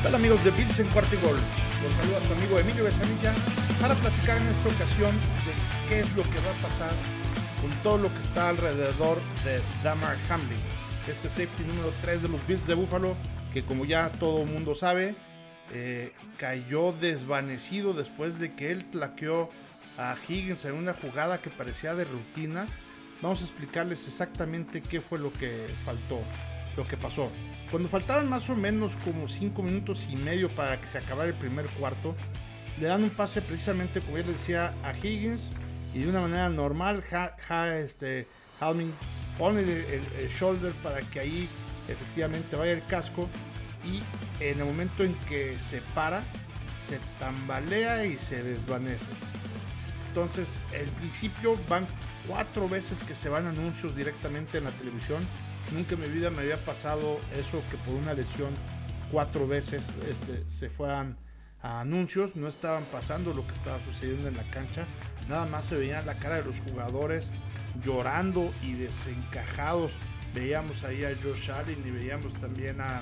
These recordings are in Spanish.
Hola amigos de Bills en Cuarto y Gol, los saluda su amigo Emilio Besanilla para platicar en esta ocasión de qué es lo que va a pasar con todo lo que está alrededor de Damar Hamlin, este safety número 3 de los Bills de Buffalo, que como ya todo el mundo sabe, cayó desvanecido después de que él tlaqueó a Higgins en una jugada que parecía de rutina. Vamos a explicarles exactamente qué fue lo que pasó. Cuando faltaban más o menos como 5 minutos y medio para que se acabara el primer cuarto, le dan un pase precisamente, como ya les decía, a Higgins, y de una manera normal Hamlin pone el shoulder para que ahí efectivamente vaya el casco, y en el momento en que se para, se tambalea y se desvanece. Entonces, al principio van 4 veces que se van anuncios directamente en la televisión. Nunca en mi vida me había pasado eso, que por una lesión 4 veces se fueran a anuncios. No estaban pasando lo que estaba sucediendo en la cancha. Nada más se veía la cara de los jugadores llorando y desencajados. Veíamos ahí a Josh Allen y veíamos también a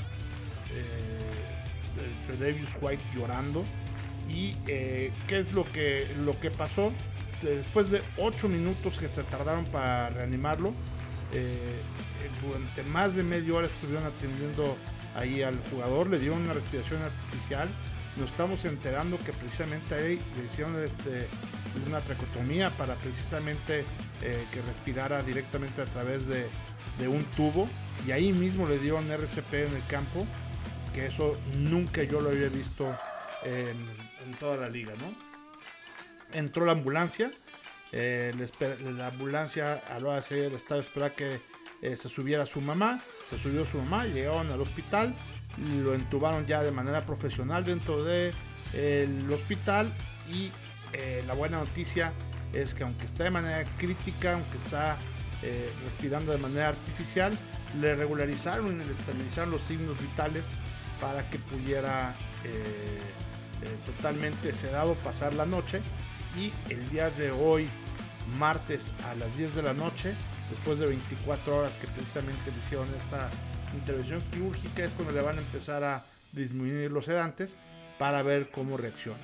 Tre'Davious White llorando. Y ¿qué es lo que pasó? Después de 8 minutos que se tardaron para reanimarlo, durante más de media hora estuvieron atendiendo ahí al jugador, le dieron una respiración artificial. Nos estamos enterando que precisamente ahí le hicieron una traqueotomía para precisamente que respirara directamente a través de un tubo, y ahí mismo le dieron RCP en el campo, que eso nunca yo lo había visto en toda la liga, ¿no? Entró la ambulancia, la ambulancia a la hora de salir del estadio esperaba que se subiera su mamá. Se subió su mamá, llegaron al hospital, lo entubaron ya de manera profesional dentro del hospital, y la buena noticia es que aunque está de manera crítica, aunque está respirando de manera artificial, le regularizaron y le estabilizaron los signos vitales para que pudiera totalmente sedado pasar la noche. Y el día de hoy, martes a las 10 de la noche, después de 24 horas que precisamente le hicieron esta intervención quirúrgica, es cuando le van a empezar a disminuir los sedantes para ver cómo reacciona.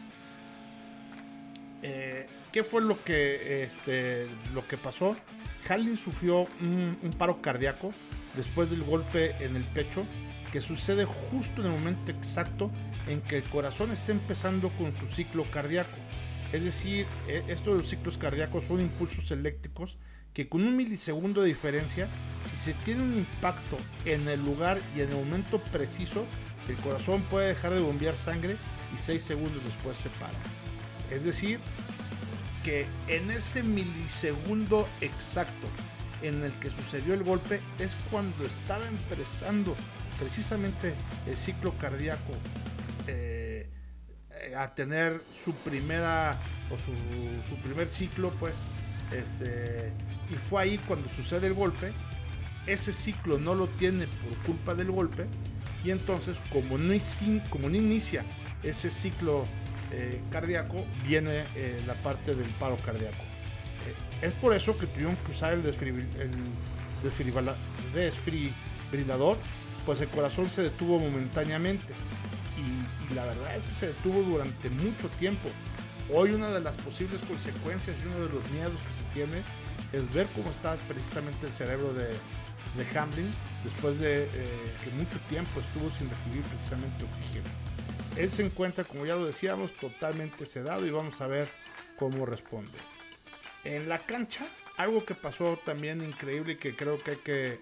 ¿Qué fue lo que pasó? Hamlin sufrió un paro cardíaco después del golpe en el pecho, que sucede justo en el momento exacto en que el corazón está empezando con su ciclo cardíaco. Es decir, estos de los ciclos cardíacos son impulsos eléctricos que con 1 milisegundo de diferencia, si se tiene un impacto en el lugar y en el momento preciso, el corazón puede dejar de bombear sangre y 6 segundos después se para. Es decir, que en ese milisegundo exacto en el que sucedió el golpe es cuando estaba empezando precisamente el ciclo cardíaco a tener su primera o su primer ciclo, pues, y fue ahí cuando sucede el golpe. Ese ciclo no lo tiene por culpa del golpe, y entonces como no inicia ese ciclo cardíaco, viene la parte del paro cardíaco. Es por eso que tuvieron que usar el desfibrilador, pues el corazón se detuvo momentáneamente, y la verdad es que se detuvo durante mucho tiempo. Hoy una de las posibles consecuencias y uno de los miedos que se tiene es ver cómo está precisamente el cerebro de Hamlin después de que mucho tiempo estuvo sin recibir precisamente oxígeno. Él se encuentra, como ya lo decíamos, totalmente sedado, y vamos a ver cómo responde. En la cancha, algo que pasó también increíble, y que creo que hay que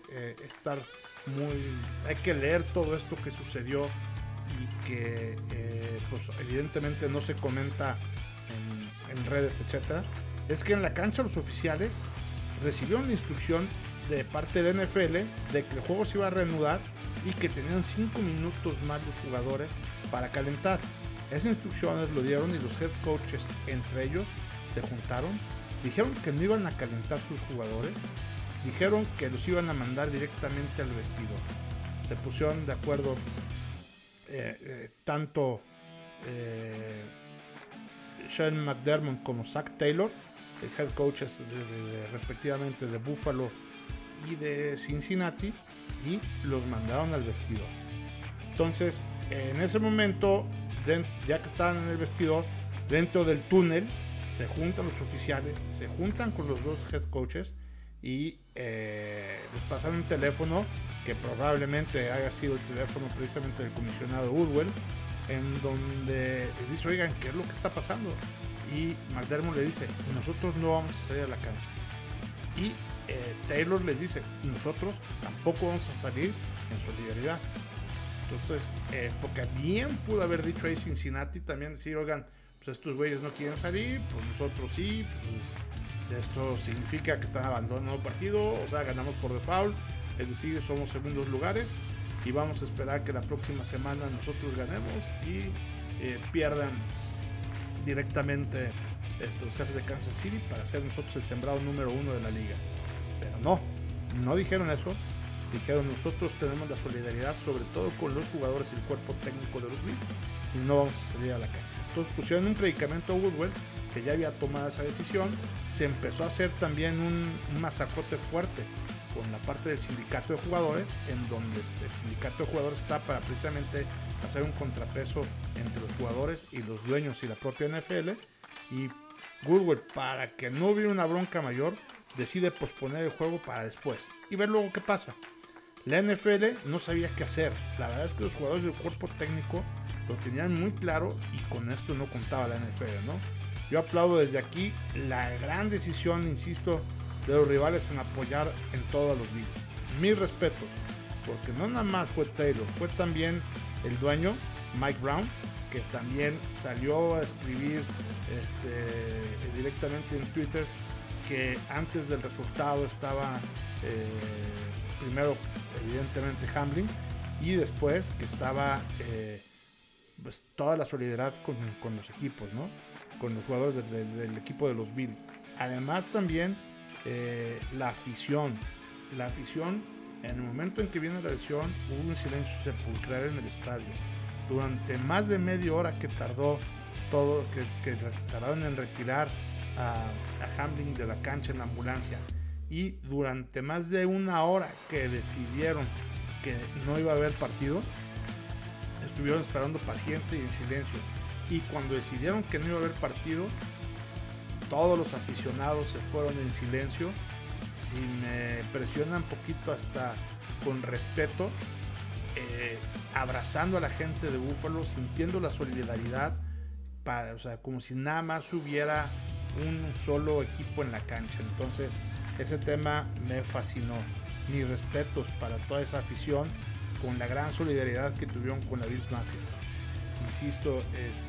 hay que leer todo esto que sucedió, y que pues evidentemente no se comenta en redes, etcétera. Es que en la cancha los oficiales recibieron la instrucción de parte de NFL de que el juego se iba a reanudar y que tenían 5 minutos más los jugadores para calentar. Esas instrucciones lo dieron, y los head coaches entre ellos se juntaron, dijeron que no iban a calentar sus jugadores, dijeron que los iban a mandar directamente al vestidor. Se pusieron de acuerdo tanto Sean McDermott como Zach Taylor, el head coaches respectivamente de Buffalo y de Cincinnati, y los mandaron al vestidor. Entonces en ese momento, ya que estaban en el vestidor, dentro del túnel, se juntan los oficiales, se juntan con los dos head coaches y les pasan un teléfono que probablemente haya sido el teléfono precisamente del comisionado Woodwell, en donde les dice, oigan, ¿qué es lo que está pasando? Y McDermott le dice, nosotros no vamos a salir a la cancha. Y Taylor les dice, nosotros tampoco vamos a salir en solidaridad. Entonces, porque bien pudo haber dicho ahí Cincinnati también, decir, oigan, pues estos güeyes no quieren salir, pues nosotros sí, pues esto significa que están abandonando el partido, o sea, ganamos por default, es decir, somos segundos lugares y vamos a esperar que la próxima semana nosotros ganemos y pierdan directamente los Jefes de Kansas City para ser nosotros el sembrado número 1 de la liga. Pero no dijeron eso. Dijeron, nosotros tenemos la solidaridad sobre todo con los jugadores y el cuerpo técnico de los Bills y no vamos a salir a la cancha. Entonces pusieron un predicamento a Woodwell, que ya había tomado esa decisión. Se empezó a hacer también un masacote fuerte con la parte del sindicato de jugadores, en donde el sindicato de jugadores está para precisamente hacer un contrapeso entre los jugadores y los dueños y la propia NFL. Y Woodwell, para que no hubiera una bronca mayor, decide posponer el juego para después y ver luego qué pasa. La NFL no sabía qué hacer. La verdad es que los jugadores del cuerpo técnico lo tenían muy claro y con esto no contaba la NFL, ¿no? Yo aplaudo desde aquí la gran decisión, insisto, de los rivales en apoyar en todos los Bills. Mis respetos, porque no nada más fue Taylor, fue también el dueño, Mike Brown, que también salió a escribir directamente en Twitter que antes del resultado estaba primero evidentemente Hamlin y después que estaba pues toda la solidaridad con los equipos, ¿no? Con los jugadores del equipo de los Bills. Además también la afición en el momento en que viene la lesión hubo un silencio sepulcral en el estadio durante más de media hora que tardó todo, que tardaron en retirar a Hamlin de la cancha en la ambulancia, y durante más de una hora que decidieron que no iba a haber partido, estuvieron esperando paciente y en silencio. Y cuando decidieron que no iba a haber partido, todos los aficionados se fueron en silencio. Si me presionan un poquito, hasta con respeto, abrazando a la gente de Buffalo, sintiendo la solidaridad, o sea, como si nada más hubiera un solo equipo en la cancha. Entonces ese tema me fascinó. Mis respetos para toda esa afición, con la gran solidaridad que tuvieron con la Bills Mafia. Insisto,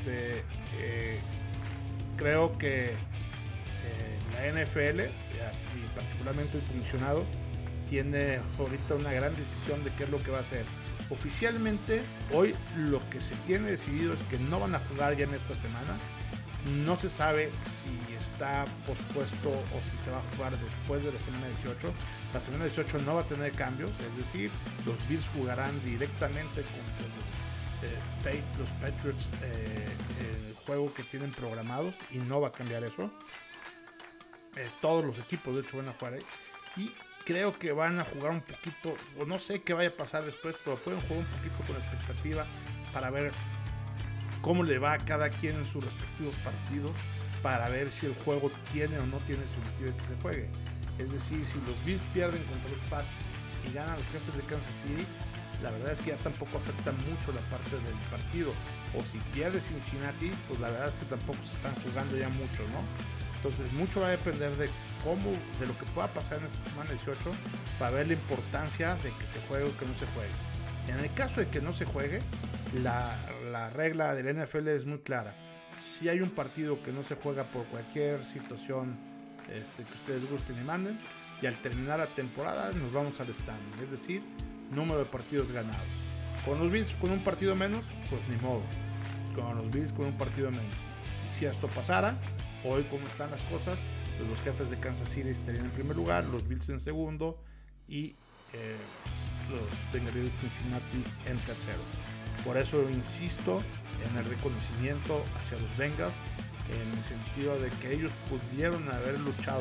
creo que la NFL y particularmente el comisionado tiene ahorita una gran decisión de qué es lo que va a hacer. Oficialmente hoy lo que se tiene decidido es que no van a jugar ya en esta semana. No se sabe si está pospuesto o si se va a jugar después de la semana 18. La semana 18 no va a tener cambios, es decir, los Bills jugarán directamente contra los Patriots el juego que tienen programados y no va a cambiar eso. Todos los equipos de hecho van a jugar ahí y creo que van a jugar un poquito, o no sé qué vaya a pasar después, pero pueden jugar un poquito con la expectativa para ver cómo le va a cada quien en sus respectivos partidos, para ver si el juego tiene o no tiene sentido de que se juegue. Es decir, si los Bills pierden contra los Pats y ganan los Jefes de Kansas City, la verdad es que ya tampoco afecta mucho la parte del partido. O si pierde Cincinnati, pues la verdad es que tampoco se están jugando ya mucho, ¿no? Entonces mucho va a depender de lo que pueda pasar en esta semana 18 para ver la importancia de que se juegue o que no se juegue. En el caso de que no se juegue, la regla del NFL es muy clara. Si hay un partido que no se juega por cualquier situación que ustedes gusten y manden, y al terminar la temporada nos vamos al standing, es decir, número de partidos ganados. Con los Bills con un partido menos, pues ni modo. Con los Bills con un partido menos. Y si esto pasara, hoy como están las cosas, pues los Jefes de Kansas City estarían en primer lugar, los Bills en segundo y los Bengalíes de Cincinnati en tercero. Por eso insisto en el reconocimiento hacia los Bengals, en el sentido de que ellos pudieron haber luchado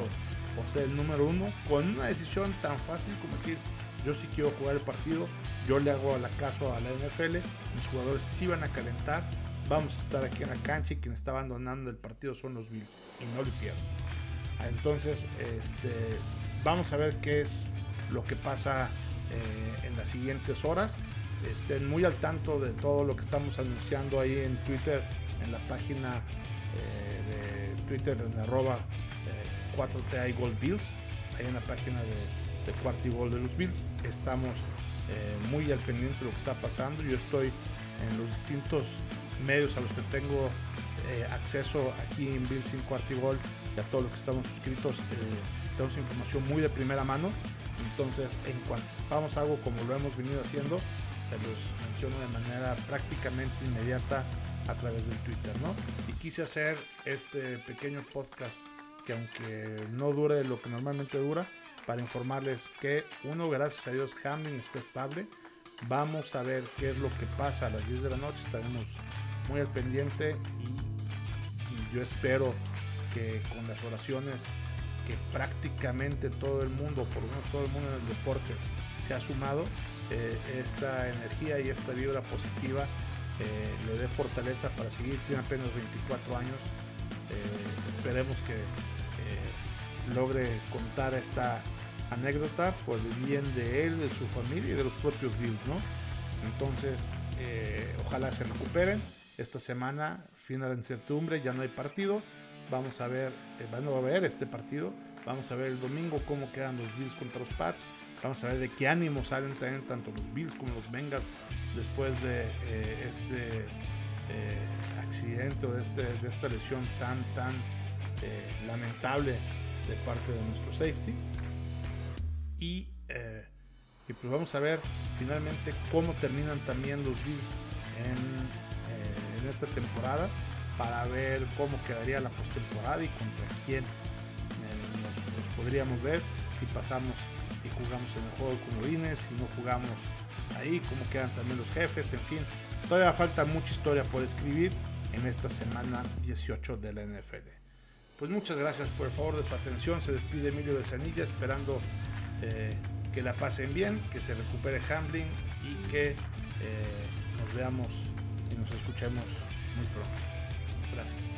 por ser el número 1, con una decisión tan fácil como decir, yo sí quiero jugar el partido, yo le hago caso a la NFL, mis jugadores sí van a calentar, vamos a estar aquí en la cancha y quien está abandonando el partido son los Bills, y no lo hicieron. Entonces vamos a ver qué es lo que pasa en las siguientes horas. Estén muy al tanto de todo lo que estamos anunciando ahí en Twitter, en la página de Twitter en @4TI Gold Bills, ahí en la página de Cuarto y Gol de los Bills. Estamos muy al pendiente de lo que está pasando. Yo estoy en los distintos medios a los que tengo acceso aquí en Bills sin Cuarto y Gol, y a todos los que estamos suscritos. Tenemos información muy de primera mano. Entonces, en cuanto sepamos algo, como lo hemos venido haciendo, se los menciono de manera prácticamente inmediata a través del Twitter, ¿no? Y quise hacer este pequeño podcast que, aunque no dure lo que normalmente dura, para informarles que, gracias a Dios, Hamlin está estable. Vamos a ver qué es lo que pasa a las 10 de la noche. Estaremos muy al pendiente y yo espero que con las oraciones que prácticamente todo el mundo, por lo menos todo el mundo en el deporte, se ha sumado, esta energía y esta vibra positiva le dé fortaleza para seguir. Tiene apenas 24 años. Esperemos que logre contar esta anécdota por el bien de él, de su familia y de los propios Bills, ¿no? Entonces, ojalá se recuperen. Esta semana, fin de la incertidumbre, ya no hay partido. Vamos a ver, no va a haber este partido. Vamos a ver el domingo cómo quedan los Bills contra los Pats. Vamos a ver de qué ánimo salen también tanto los Bills como los Bengals después de este accidente o de esta lesión tan lamentable de parte de nuestro safety. Y pues vamos a ver finalmente cómo terminan también los Bills en esta temporada, para ver cómo quedaría la postemporada y contra quién nos podríamos ver, si pasamos y jugamos en el juego de comodines, si no jugamos ahí, cómo quedan también los jefes. En fin, todavía falta mucha historia por escribir en esta semana 18 de la NFL. Pues muchas gracias por el favor de su atención. Se despide Emilio Besanilla, esperando que la pasen bien, que se recupere Hamlin y que nos veamos y nos escuchemos muy pronto. Gracias.